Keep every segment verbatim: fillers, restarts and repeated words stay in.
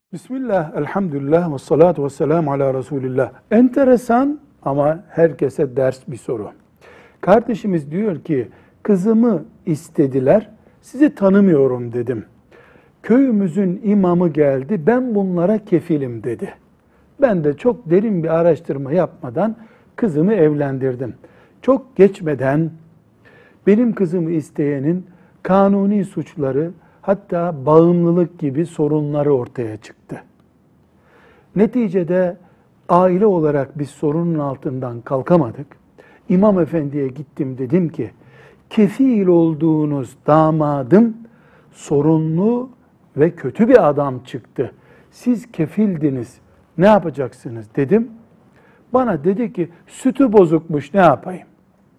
Bismillah, elhamdülillah ve salatu ve selamu ala Resulillah. Enteresan ama herkese ders bir soru. Kardeşimiz diyor ki, kızımı istediler, sizi tanımıyorum dedim. Köyümüzün imamı geldi, ben bunlara kefilim dedi. Ben de çok derin bir araştırma yapmadan kızımı evlendirdim. Çok geçmeden benim kızımı isteyenin kanuni suçları, hatta bağımlılık gibi sorunları ortaya çıktı. Neticede aile olarak biz sorunun altından kalkamadık. İmam Efendi'ye gittim, dedim ki, kefil olduğunuz damadım sorunlu ve kötü bir adam çıktı. Siz kefildiniz, ne yapacaksınız dedim. Bana dedi ki, sütü bozukmuş, ne yapayım?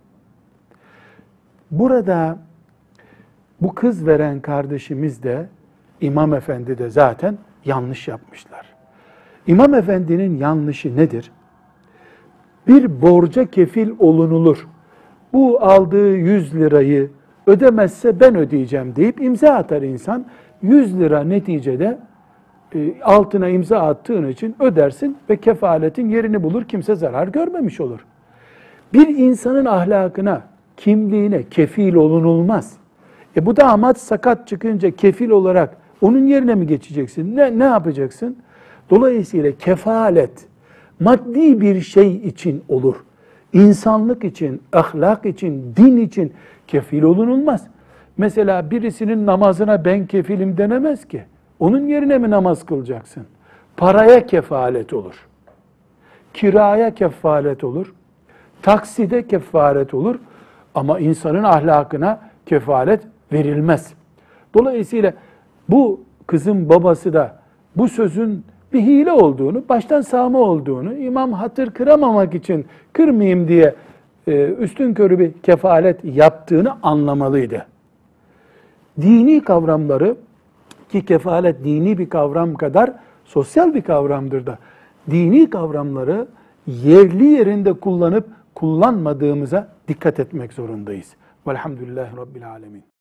Burada bu kız veren kardeşimiz de, İmam Efendi de zaten yanlış yapmışlar. İmam Efendi'nin yanlışı nedir? Bir borca kefil olunulur. Bu aldığı yüz lirayı ödemezse ben ödeyeceğim deyip imza atar insan. yüz lira neticede e, altına imza attığın için ödersin ve kefaletin yerini bulur, kimse zarar görmemiş olur. Bir insanın ahlakına, kimliğine kefil olunulmaz. E bu damat sakat çıkınca kefil olarak onun yerine mi geçeceksin? Ne, ne yapacaksın? Dolayısıyla kefalet maddi bir şey için olur. İnsanlık için, ahlak için, din için kefil olunulmaz. Mesela birisinin namazına ben kefilim denemez ki. Onun yerine mi namaz kılacaksın? Paraya kefalet olur. Kiraya kefalet olur. Takside kefalet olur. Ama insanın ahlakına kefalet verilmez. Dolayısıyla bu kızın babası da bu sözün bir hile olduğunu, baştan sağma olduğunu, imam hatır kıramamak için kırmayayım diye üstünkörü bir kefalet yaptığını anlamalıydı. Dini kavramları, ki kefalet dini bir kavram kadar sosyal bir kavramdır da, dini kavramları yerli yerinde kullanıp kullanmadığımıza dikkat etmek zorundayız. Velhamdülillahi Rabbil Alemin.